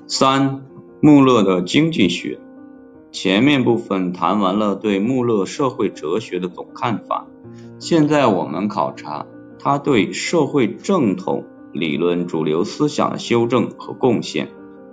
三、穆勒的经济学。前面部分谈完了对穆勒社会哲学的总看法，现在我们考察他对社会正统理论主流思想的修正和贡献。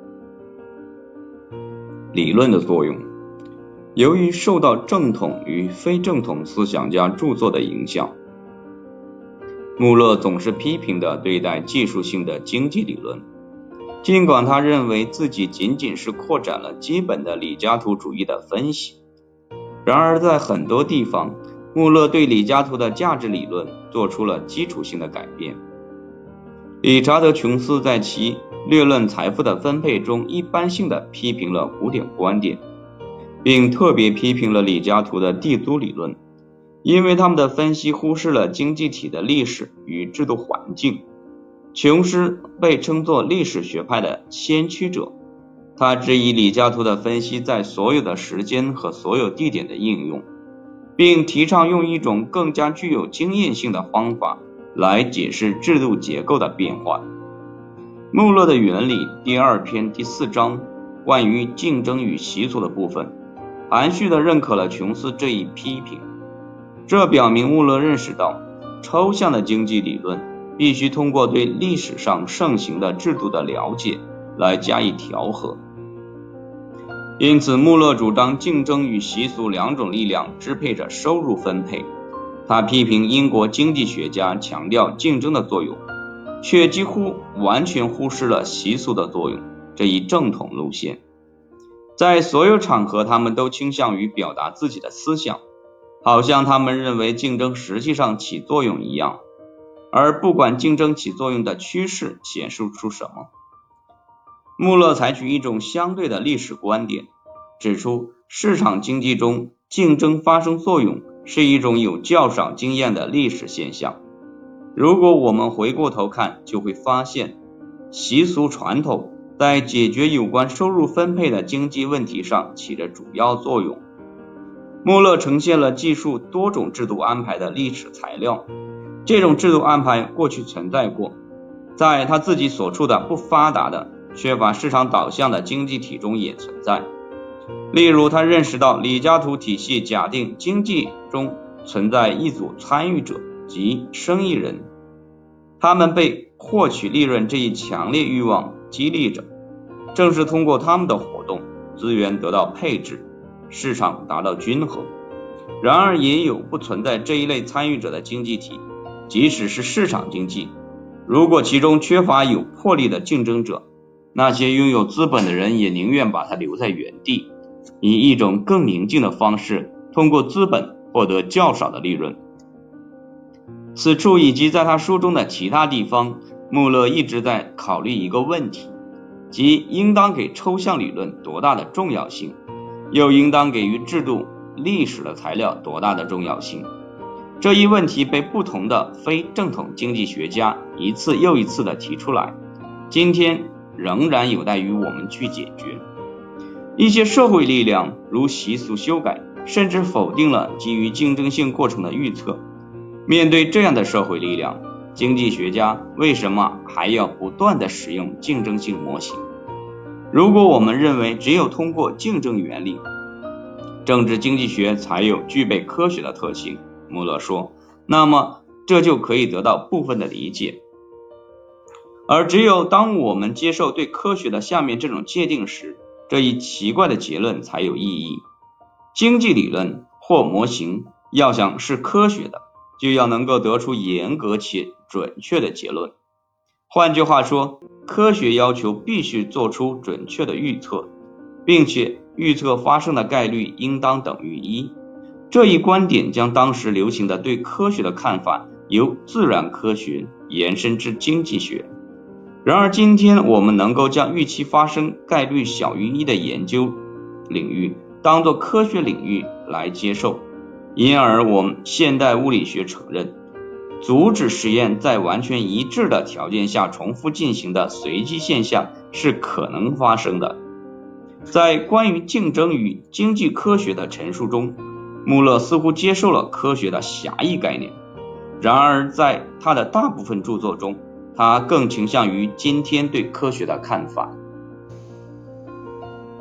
理论的作用。由于受到正统与非正统思想家著作的影响，穆勒总是批评地对待技术性的经济理论，尽管他认为自己仅仅是扩展了基本的李嘉图主义的分析。然而在很多地方，穆勒对李嘉图的价值理论做出了基础性的改变。理查德·琼斯在其略论财富的分配中一般性地批评了古典观点，并特别批评了李嘉图的地租理论，因为他们的分析忽视了经济体的历史与制度环境。琼斯被称作历史学派的先驱者，他质疑李嘉图的分析在所有的时间和所有地点的应用，并提倡用一种更加具有经验性的方法来解释制度结构的变化。穆勒的原理第2篇第4章关于竞争与习俗的部分，含蓄地认可了琼斯这一批评。这表明穆勒认识到，抽象的经济理论必须通过对历史上盛行的制度的了解来加以调和。因此，穆勒主张竞争与习俗两种力量支配着收入分配。他批评英国经济学家强调竞争的作用，却几乎完全忽视了习俗的作用这一正统路线。在所有场合，他们都倾向于表达自己的思想，好像他们认为竞争实际上起作用一样，而不管竞争起作用的趋势显示出什么。穆勒采取一种相对的历史观点，指出市场经济中竞争发生作用是一种有较少经验的历史现象。如果我们回过头看，就会发现习俗传统在解决有关收入分配的经济问题上起着主要作用。穆勒呈现了记述多种制度安排的历史材料，这种制度安排过去存在过，在他自己所处的不发达的缺乏市场导向的经济体中也存在。例如，他认识到李嘉图体系假定经济中存在一组参与者，即生意人，他们被获取利润这一强烈欲望激励着，正是通过他们的活动，资源得到配置，市场达到均衡。然而也有不存在这一类参与者的经济体，即使是市场经济，如果其中缺乏有魄力的竞争者，那些拥有资本的人也宁愿把它留在原地，以一种更宁静的方式通过资本获得较少的利润。此处以及在他书中的其他地方，穆勒一直在考虑一个问题，即应当给抽象理论多大的重要性，又应当给予制度历史的材料多大的重要性。这一问题被不同的非正统经济学家一次又一次地提出来，今天仍然有待于我们去解决。一些社会力量如习俗修改，甚至否定了基于竞争性过程的预测。面对这样的社会力量，经济学家为什么还要不断地使用竞争性模型？如果我们认为只有通过竞争原理，政治经济学才有具备科学的特性，穆勒说，那么这就可以得到部分的理解。而只有当我们接受对科学的下面这种界定时，这一奇怪的结论才有意义。经济理论或模型要想是科学的，就要能够得出严格且准确的结论。换句话说，科学要求必须做出准确的预测，并且预测发生的概率应当等于1。这一观点将当时流行的对科学的看法由自然科学延伸至经济学。然而今天我们能够将预期发生概率小于1的研究领域当作科学领域来接受，因而我们现代物理学承认，阻止实验在完全一致的条件下重复进行的随机现象是可能发生的。在关于竞争与经济科学的陈述中，穆勒似乎接受了科学的狭义概念，然而在他的大部分著作中，他更倾向于今天对科学的看法。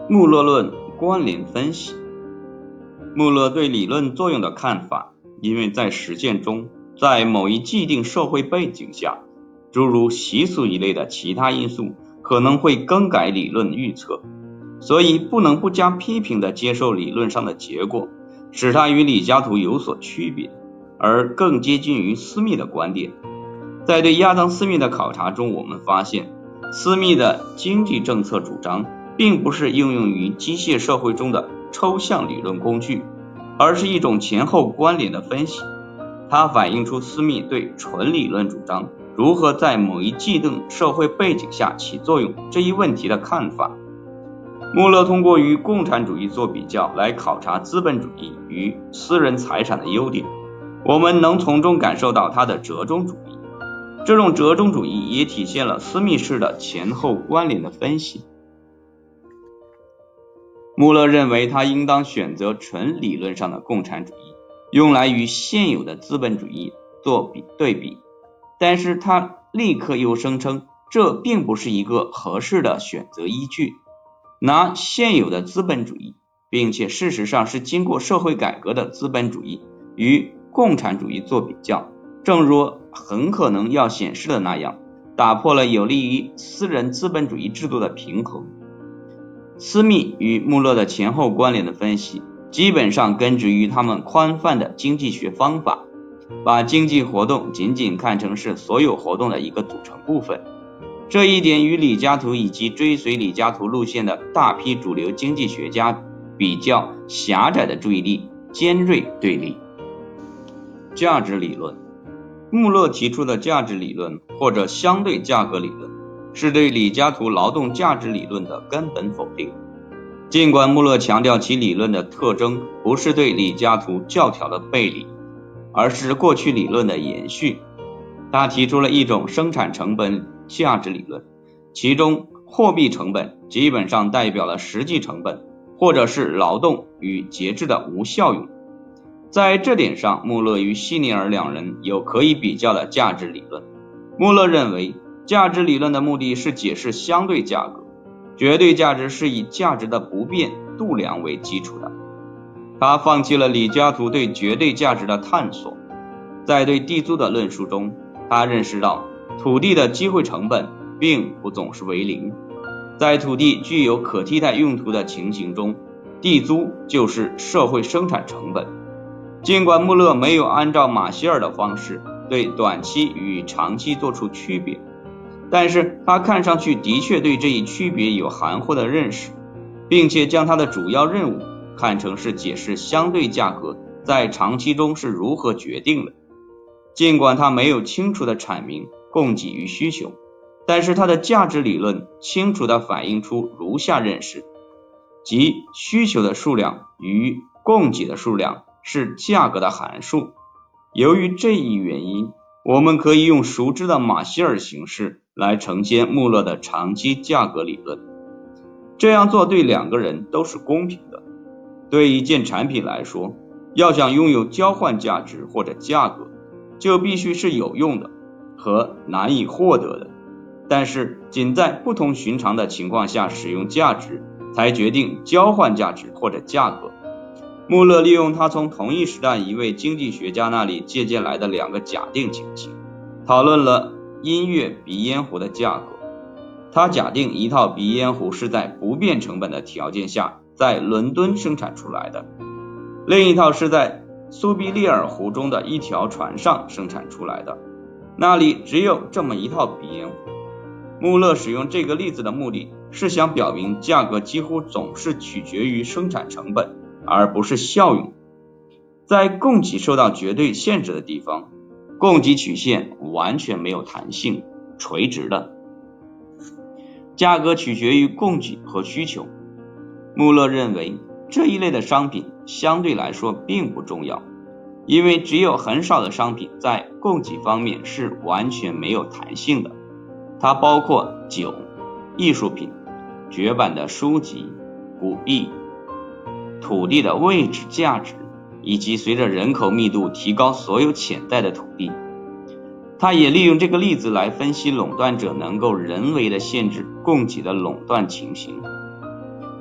穆勒论关联分析。穆勒对理论作用的看法，因为在实践中，在某一既定社会背景下，诸如习俗一类的其他因素可能会更改理论预测，所以不能不加批评地接受理论上的结果，使它与李嘉图有所区别，而更接近于斯密的观点。在对亚当·斯密的考察中，我们发现斯密的经济政策主张并不是应用于机械社会中的抽象理论工具，而是一种前后关联的分析。它反映出斯密对纯理论主张如何在某一既定社会背景下起作用这一问题的看法。穆勒通过与共产主义做比较来考察资本主义与私人财产的优点，我们能从中感受到他的折中主义。这种折中主义也体现了斯密式的前后关联的分析。穆勒认为他应当选择纯理论上的共产主义，用来与现有的资本主义做对比，但是他立刻又声称这并不是一个合适的选择依据。拿现有的资本主义，并且事实上是经过社会改革的资本主义与共产主义做比较，正如很可能要显示的那样，打破了有利于私人资本主义制度的平衡。斯密与穆勒的前后关联的分析基本上根植于他们宽泛的经济学方法，把经济活动仅仅看成是所有活动的一个组成部分。这一点与李嘉图以及追随李嘉图路线的大批主流经济学家比较狭窄的注意力尖锐对立。价值理论。穆勒提出的价值理论或者相对价格理论，是对李嘉图劳动价值理论的根本否定。尽管穆勒强调其理论的特征不是对李嘉图教条的背离，而是过去理论的延续，他提出了一种生产成本价值理论，其中货币成本基本上代表了实际成本，或者是劳动与节制的无效用。在这点上，穆勒与希尼尔两人有可以比较的价值理论。穆勒认为，价值理论的目的是解释相对价格，绝对价值是以价值的不变度量为基础的。他放弃了李嘉图对绝对价值的探索。在对地租的论述中，他认识到土地的机会成本并不总是为零，在土地具有可替代用途的情形中，地租就是社会生产成本。尽管穆勒没有按照马歇尔的方式对短期与长期做出区别，但是他看上去的确对这一区别有含糊的认识，并且将他的主要任务看成是解释相对价格在长期中是如何决定的。尽管他没有清楚地阐明供给与需求，但是他的价值理论清楚地反映出如下认识，即需求的数量与供给的数量是价格的函数。由于这一原因，我们可以用熟知的马歇尔形式来呈现穆勒的长期价格理论。这样做对两个人都是公平的。对一件产品来说，要想拥有交换价值或者价格，就必须是有用的和难以获得的，但是仅在不同寻常的情况下使用价值，才决定交换价值或者价格。穆勒利用他从同一时代一位经济学家那里借鉴来的两个假定情形，讨论了音乐鼻烟壶的价格。他假定一套鼻烟壶是在不变成本的条件下在伦敦生产出来的，另一套是在苏必利尔湖中的一条船上生产出来的，那里只有这么一套鼻烟壶。穆勒使用这个例子的目的是想表明价格几乎总是取决于生产成本，而不是效用。在供给受到绝对限制的地方，供给曲线完全没有弹性，垂直的。价格取决于供给和需求。穆勒认为这一类的商品相对来说并不重要，因为只有很少的商品在供给方面是完全没有弹性的。它包括酒、艺术品、绝版的书籍、古币、土地的位置价值，以及随着人口密度提高所有潜在的土地。他也利用这个例子来分析垄断者能够人为的限制供给的垄断情形。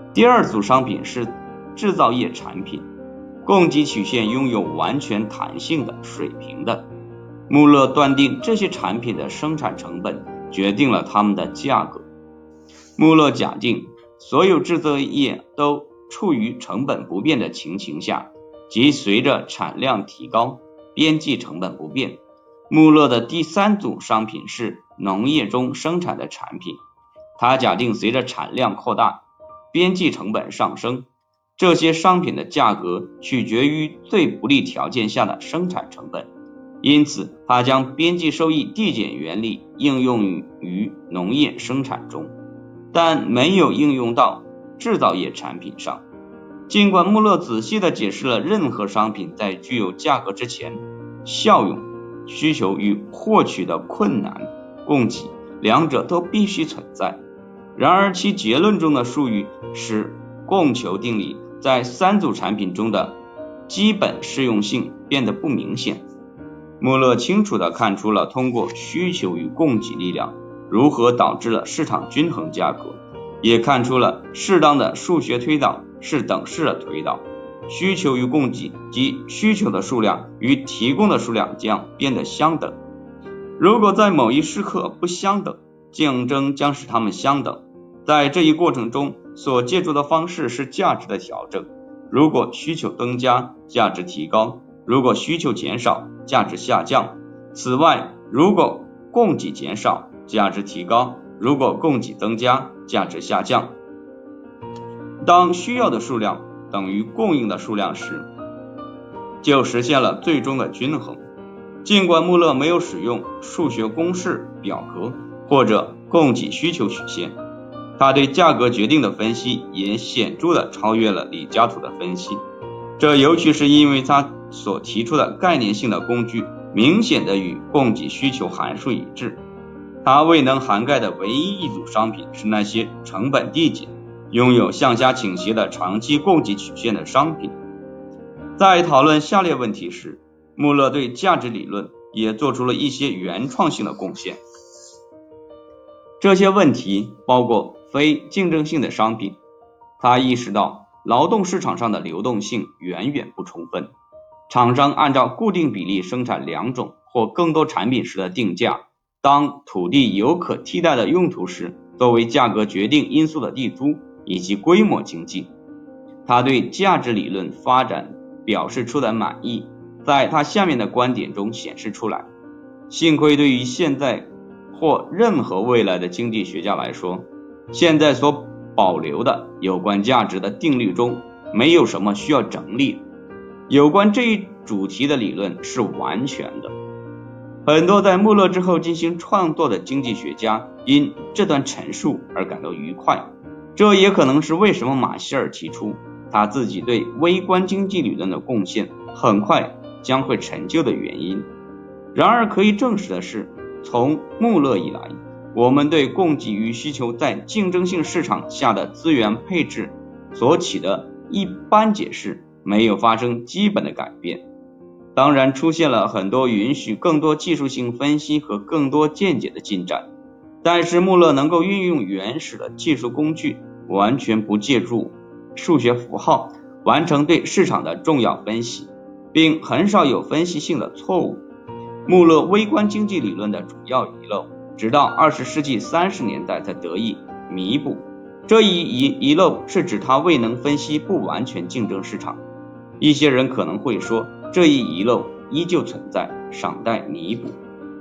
第二组商品是制造业产品，供给曲线拥有完全弹性的水平的。穆勒断定这些产品的生产成本决定了它们的价格。穆勒假定所有制造业都处于成本不变的情形下，即随着产量提高，边际成本不变。穆勒的第三组商品是农业中生产的产品，他假定随着产量扩大，边际成本上升，这些商品的价格取决于最不利条件下的生产成本，因此他将边际收益递减原理应用于农业生产中，但没有应用到制造业产品上。尽管穆勒仔细地解释了任何商品在具有价格之前，效用、需求与获取的困难、供给两者都必须存在，然而其结论中的术语使供求定理在三组产品中的基本适用性变得不明显。穆勒清楚地看出了通过需求与供给力量如何导致了市场均衡价格，也看出了适当的数学推导是等式的推导，需求与供给即需求的数量与提供的数量将变得相等。如果在某一时刻不相等，竞争将使它们相等。在这一过程中所借助的方式是价值的调整，如果需求增加，价值提高；如果需求减少，价值下降。此外，如果供给减少，价值提高；如果供给增加，价值下降。当需要的数量等于供应的数量时，就实现了最终的均衡。尽管穆勒没有使用数学公式、表格或者供给需求曲线，他对价格决定的分析也显著地超越了李嘉图的分析，这尤其是因为他所提出的概念性的工具明显的与供给需求函数一致。他未能涵盖的唯一一组商品是那些成本递减、拥有向下倾斜的长期供给曲线的商品。在讨论下列问题时，穆勒对价值理论也做出了一些原创性的贡献。这些问题包括非竞争性的商品。他意识到劳动市场上的流动性远远不充分，厂商按照固定比例生产两种或更多产品时的定价，当土地有可替代的用途时，作为价格决定因素的地租以及规模经济。他对价值理论发展表示出的满意，在他下面的观点中显示出来。幸亏对于现在或任何未来的经济学家来说，现在所保留的有关价值的定律中没有什么需要整理的。有关这一主题的理论是完全的。很多在穆勒之后进行创作的经济学家因这段陈述而感到愉快，这也可能是为什么马歇尔提出他自己对微观经济理论的贡献很快将会成就的原因。然而可以证实的是，从穆勒以来，我们对供给与需求在竞争性市场下的资源配置所起的一般解释没有发生基本的改变。当然出现了很多允许更多技术性分析和更多见解的进展，但是穆勒能够运用原始的技术工具，完全不借助数学符号完成对市场的重要分析，并很少有分析性的错误。穆勒微观经济理论的主要遗漏直到20世纪30年代才得以弥补，这一遗漏是指他未能分析不完全竞争市场。一些人可能会说，这一遗漏依旧存在，尚待弥补。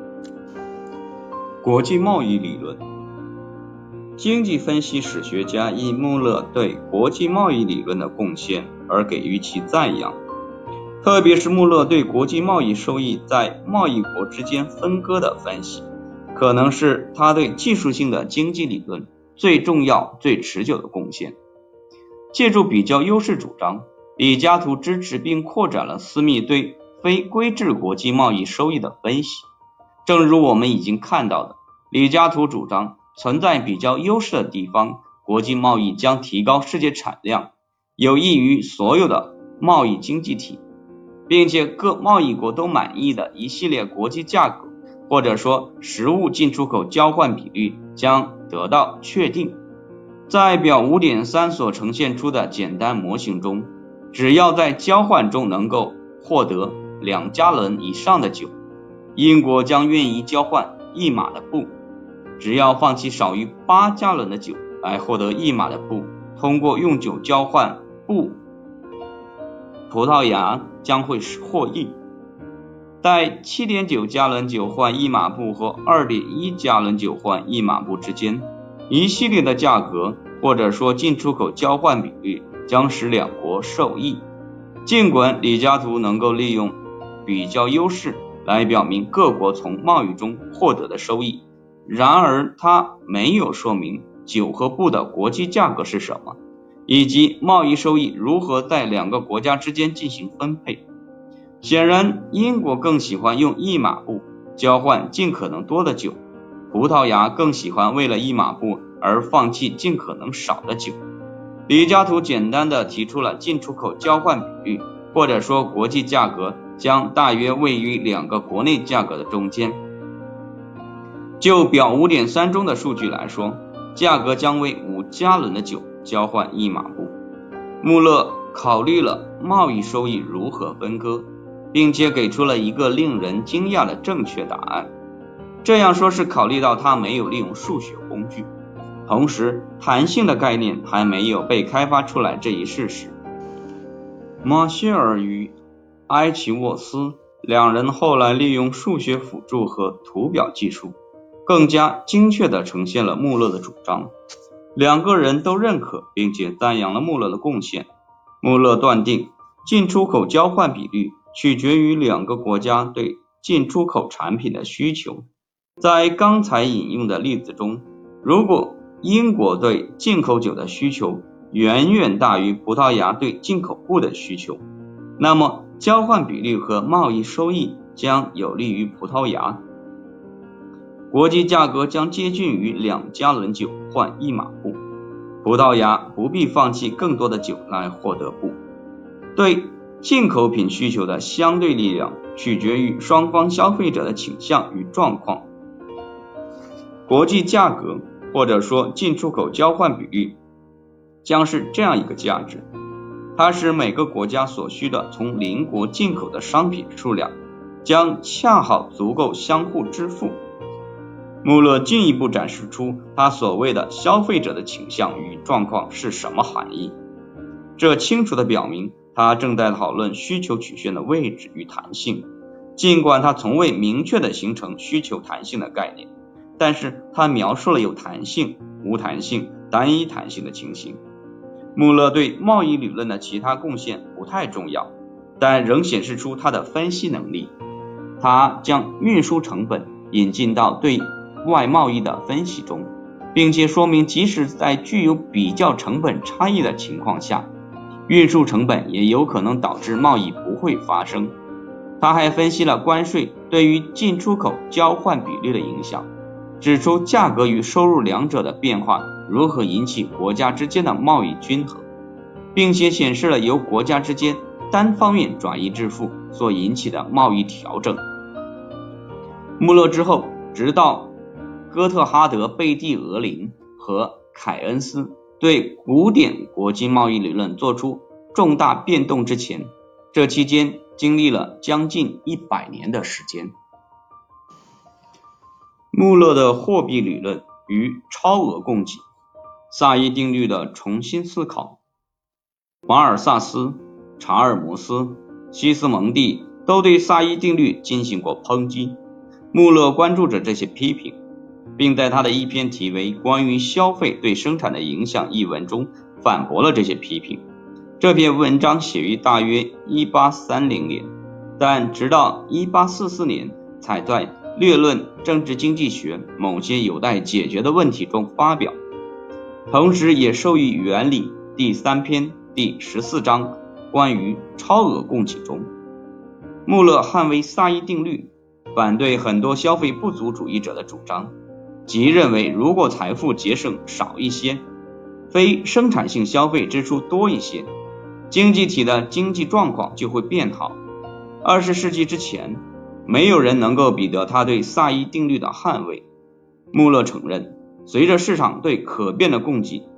国际贸易理论。经济分析史学家因穆勒对国际贸易理论的贡献而给予其赞扬，特别是穆勒对国际贸易收益在贸易国之间分割的分析，可能是他对技术性的经济理论最重要、最持久的贡献。借助比较优势主张，李嘉图支持并扩展了斯密对非规制国际贸易收益的分析。正如我们已经看到的，李嘉图主张存在比较优势的地方，国际贸易将提高世界产量，有益于所有的贸易经济体，并且各贸易国都满意的一系列国际价格，或者说实物进出口交换比率将得到确定。 在表 5.3 所呈现出的简单模型中，只要在交换中能够获得2加仑以上的酒，英国将愿意交换1码的布。只要放弃少于8加仑的酒来获得1码的布，通过用酒交换布，葡萄牙将会获益。在 7.9 加仑酒换1码布和 2.1 加仑酒换1码布之间，一系列的价格或者说进出口交换比率将使两国受益。尽管李嘉图能够利用比较优势来表明各国从贸易中获得的收益，然而他没有说明酒和布的国际价格是什么，以及贸易收益如何在2个国家之间进行分配。显然，英国更喜欢用1码布交换尽可能多的酒，葡萄牙更喜欢为了1码布而放弃尽可能少的酒。李嘉图简单的提出了进出口交换比率，或者说国际价格将大约位于2个国内价格的中间。就表 5.3 中的数据来说，价格将为5加仑的酒交换1码布。穆勒考虑了贸易收益如何分割，并且给出了一个令人惊讶的正确答案。这样说是考虑到他没有利用数学工具，同时弹性的概念还没有被开发出来这一事实。马歇尔与埃奇沃斯两人后来利用数学辅助和图表技术，更加精确地呈现了穆勒的主张。2个人都认可并且赞扬了穆勒的贡献。穆勒断定进出口交换比率取决于2个国家对进出口产品的需求。在刚才引用的例子中，如果英国对进口酒的需求远远大于葡萄牙对进口布的需求，那么交换比率和贸易收益将有利于葡萄牙。国际价格将接近于2加仑酒换1码布，葡萄牙不必放弃更多的酒来获得布。对进口品需求的相对力量取决于双方消费者的倾向与状况。国际价格或者说进出口交换比率将是这样一个价值，它使每个国家所需的从邻国进口的商品数量将恰好足够相互支付。穆勒进一步展示出他所谓的消费者的倾向与状况是什么含义。这清楚地表明他正在讨论需求曲线的位置与弹性，尽管他从未明确地形成需求弹性的概念，但是他描述了有弹性、无弹性、单一弹性的情形。穆勒对贸易理论的其他贡献不太重要，但仍显示出他的分析能力。他将运输成本引进到对外贸易的分析中，并且说明即使在具有比较成本差异的情况下，运输成本也有可能导致贸易不会发生。他还分析了关税对于进出口交换比率的影响，指出价格与收入两者的变化如何引起国家之间的贸易均衡，并且显示了由国家之间单方面转移支付所引起的贸易调整。穆勒之后，直到哥特哈德·贝蒂俄林和凯恩斯对古典国际贸易理论做出重大变动之前，这期间经历了将近100年的时间。穆勒的货币理论与超额供给，萨伊定律的重新思考。马尔萨斯、查尔摩斯、西斯蒙蒂都对萨伊定律进行过抨击。穆勒关注着这些批评，并在他的一篇题为《关于消费对生产的影响》一文中反驳了这些批评。这篇文章写于大约1830年，但直到1844年才在略论政治经济学某些有待解决的问题中发表，同时也收于原理第3篇第14章关于超额供给中。穆勒捍卫萨伊定律，反对很多消费不足主义者的主张，即认为如果财富节省少一些，非生产性消费支出多一些，经济体的经济状况就会变好。20世纪之前，没有人能够比得他对萨伊定律的捍卫。穆勒承认，随着市场对可变的供给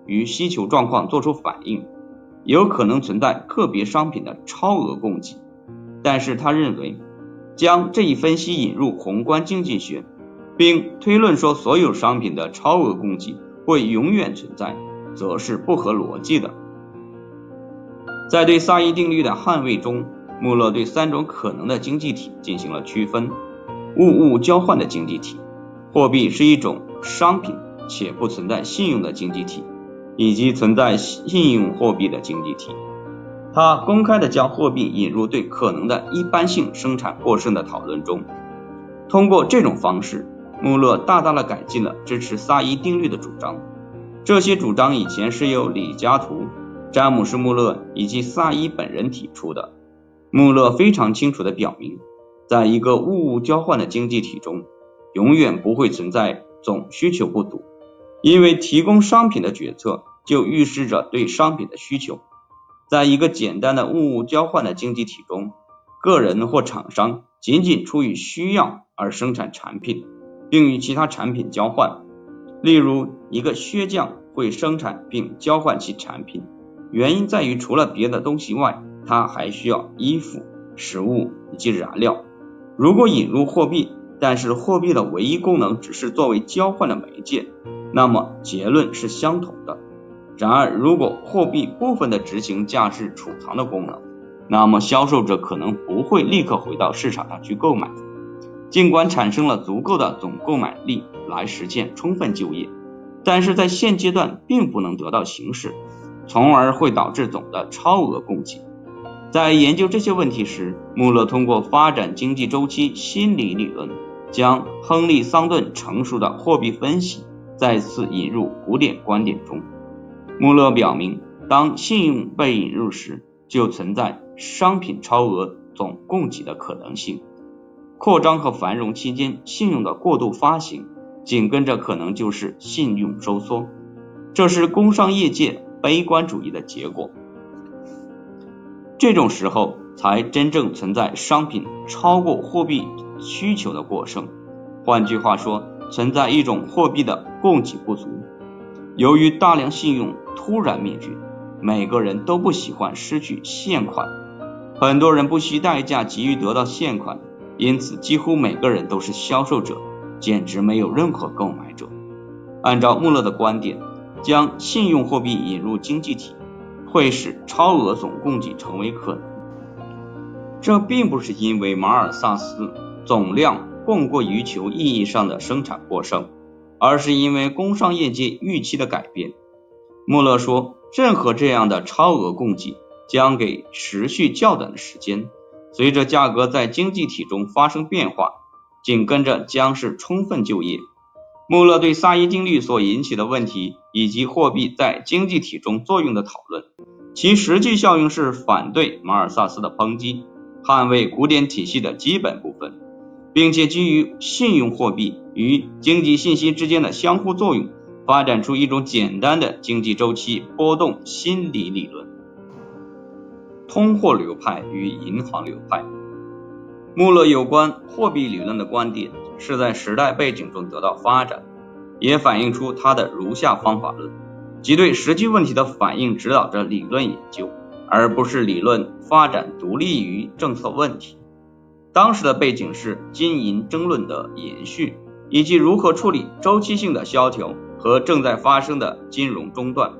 与需求状况做出反应，有可能存在个别商品的超额供给，但是他认为将这一分析引入宏观经济学，并推论说所有商品的超额供给会永远存在，则是不合逻辑的。在对萨伊定律的捍卫中，穆勒对3种可能的经济体进行了区分：物交换的经济体，货币是一种商品且不存在信用的经济体，以及存在信用货币的经济体。他公开地将货币引入对可能的一般性生产过剩的讨论中。通过这种方式，穆勒大大地改进了支持萨伊定律的主张。这些主张以前是由李嘉图、詹姆斯·穆勒以及萨伊本人提出的。穆勒非常清楚地表明，在一个物交换的经济体中，永远不会存在总需求不足，因为提供商品的决策就预示着对商品的需求。在一个简单的物交换的经济体中，个人或厂商仅仅出于需要而生产产品，并与其他产品交换。例如，一个靴匠会生产并交换其产品，原因在于除了别的东西外，他还需要衣服、食物以及燃料。如果引入货币，但是货币的唯一功能只是作为交换的媒介，那么结论是相同的。然而，如果货币部分的执行价值储藏的功能，那么销售者可能不会立刻回到市场上去购买，尽管产生了足够的总购买力来实现充分就业，但是在现阶段并不能得到行使，从而会导致总的超额供给。在研究这些问题时，穆勒通过发展经济周期心理理论，将亨利·桑顿成熟的货币分析再次引入古典观点中。穆勒表明，当信用被引入时，就存在商品超额总供给的可能性。扩张和繁荣期间信用的过度发行，紧跟着可能就是信用收缩，这是工商业界悲观主义的结果。这种时候才真正存在商品超过货币需求的过剩，换句话说，存在一种货币的供给不足。由于大量信用突然灭绝，每个人都不喜欢失去现款，很多人不惜代价急于得到现款，因此几乎每个人都是销售者，简直没有任何购买者。按照穆勒的观点，将信用货币引入经济体会使超额总供给成为可能。这并不是因为马尔萨斯总量供过于求意义上的生产过剩，而是因为工商业界预期的改变。穆勒说，任何这样的超额供给将给持续较短的时间，随着价格在经济体中发生变化，紧跟着将是充分就业。穆勒对萨伊定律所引起的问题以及货币在经济体中作用的讨论，其实际效应是反对马尔萨斯的抨击，捍卫古典体系的基本部分，并且基于信用货币与经济信息之间的相互作用，发展出一种简单的经济周期波动心理理论。通货流派与银行流派。穆勒有关货币理论的观点是在时代背景中得到发展，也反映出他的如下方法论，即对实际问题的反应指导着理论研究，而不是理论发展独立于政策问题。当时的背景是金银争论的延续，以及如何处理周期性的萧条和正在发生的金融中断。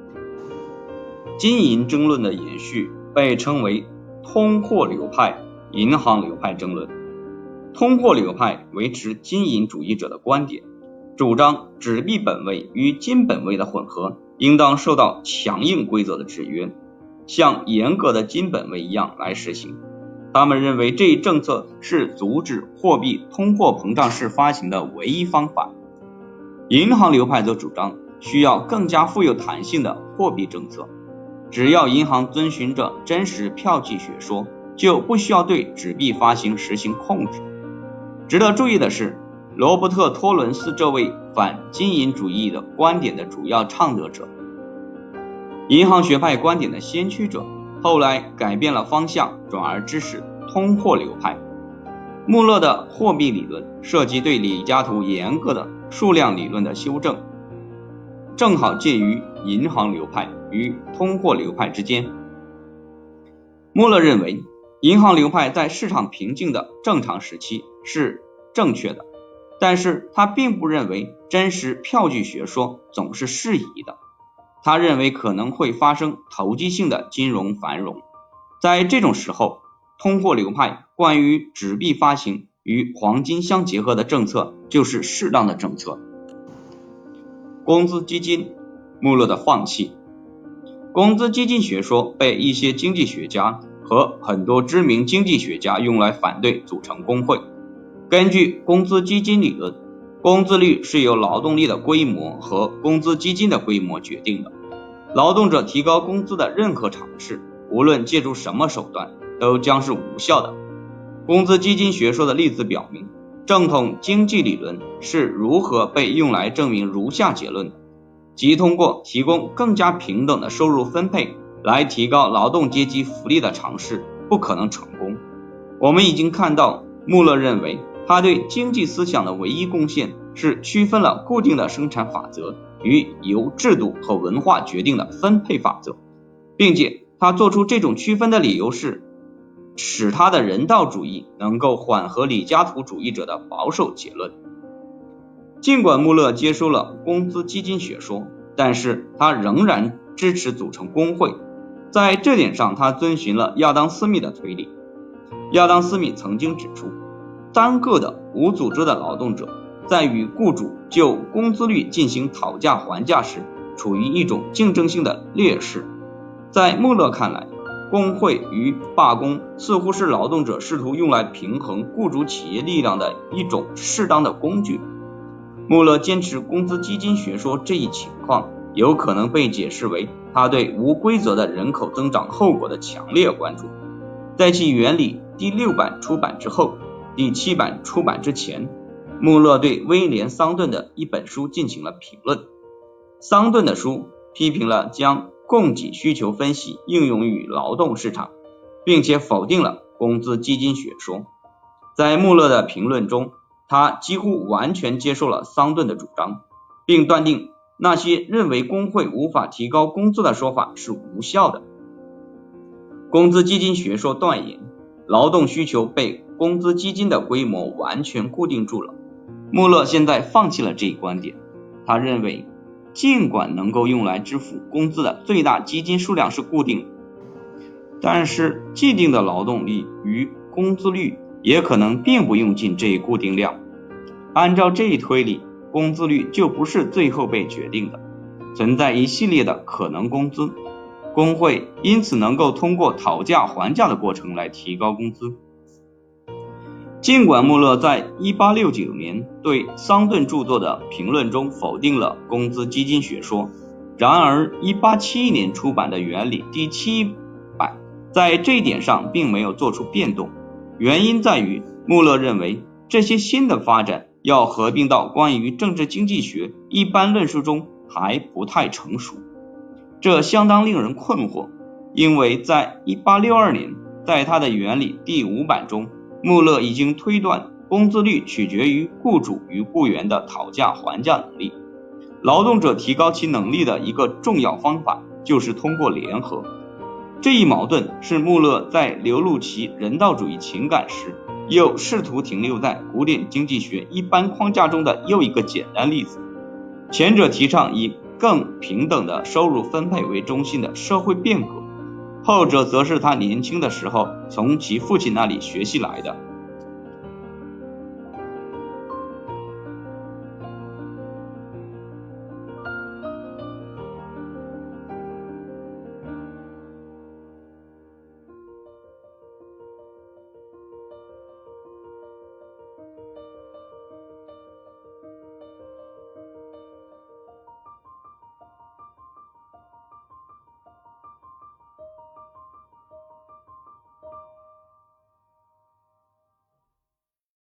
金银争论的延续被称为通货流派、银行流派争论。通货流派维持金银主义者的观点，主张纸币本位与金本位的混合应当受到强硬规则的制约，像严格的金本位一样来实行。他们认为这一政策是阻止货币通货膨胀式发行的唯一方法。银行流派则主张需要更加富有弹性的货币政策，只要银行遵循着真实票据学说，就不需要对纸币发行实行控制。值得注意的是，罗伯特·托伦斯这位反金银主义的观点的主要倡导者，银行学派观点的先驱者，后来改变了方向，转而支持通货流派。穆勒的货币理论涉及对李嘉图严格的数量理论的修正。 正好介于银行流派与通货流派之间。穆勒认为，银行流派在市场平静的正常时期是正确的，但是他并不认为真实票据学说总是适宜的。他认为可能会发生投机性的金融繁荣，在这种时候，通货流派关于纸币发行与黄金相结合的政策就是适当的政策。工资基金，穆勒的放弃。工资基金学说被一些经济学家和很多知名经济学家用来反对组成工会。根据工资基金理论，工资率是由劳动力的规模和工资基金的规模决定的。劳动者提高工资的任何尝试，无论借助什么手段，都将是无效的。工资基金学说的例子表明，正统经济理论是如何被用来证明如下结论的，即通过提供更加平等的收入分配来提高劳动阶级福利的尝试不可能成功。我们已经看到，穆勒认为他对经济思想的唯一贡献是区分了固定的生产法则与由制度和文化决定的分配法则，并且他做出这种区分的理由是使他的人道主义能够缓和李嘉图主义者的保守结论。尽管穆勒接受了工资基金学说，但是他仍然支持组成工会。在这点上，他遵循了亚当·斯密的推理。亚当·斯密曾经指出，单个的无组织的劳动者在与雇主就工资率进行讨价还价时，处于一种竞争性的劣势。在穆勒看来，工会与罢工似乎是劳动者试图用来平衡雇主企业力量的一种适当的工具。穆勒坚持工资基金学说这一情况有可能被解释为他对无规则的人口增长后果的强烈关注。在其原理第6版出版之后，第7版出版之前，穆勒对威廉·桑顿的一本书进行了评论。桑顿的书批评了将供给需求分析应用于劳动市场，并且否定了工资基金学说。在穆勒的评论中，他几乎完全接受了桑顿的主张，并断定那些认为工会无法提高工资的说法是无效的。工资基金学说断言，劳动需求被工资基金的规模完全固定住了。穆勒现在放弃了这一观点，他认为尽管能够用来支付工资的最大基金数量是固定的，但是既定的劳动力与工资率也可能并不用尽这一固定量。按照这一推理，工资率就不是最后被决定的，存在一系列的可能工资。工会因此能够通过讨价还价的过程来提高工资。尽管穆勒在1869年对桑顿著作的评论中否定了工资基金学说，然而1871年出版的原理第7版在这一点上并没有做出变动。原因在于穆勒认为这些新的发展要合并到关于政治经济学一般论述中还不太成熟。这相当令人困惑，因为在1862年，在他的原理第5版中，穆勒已经推断工资率取决于雇主与雇员的讨价还价能力。劳动者提高其能力的一个重要方法就是通过联合。这一矛盾是穆勒在流露其人道主义情感时，又试图停留在古典经济学一般框架中的又一个简单例子。前者提倡以更平等的收入分配为中心的社会变革，后者则是他年轻的时候从其父亲那里学习来的。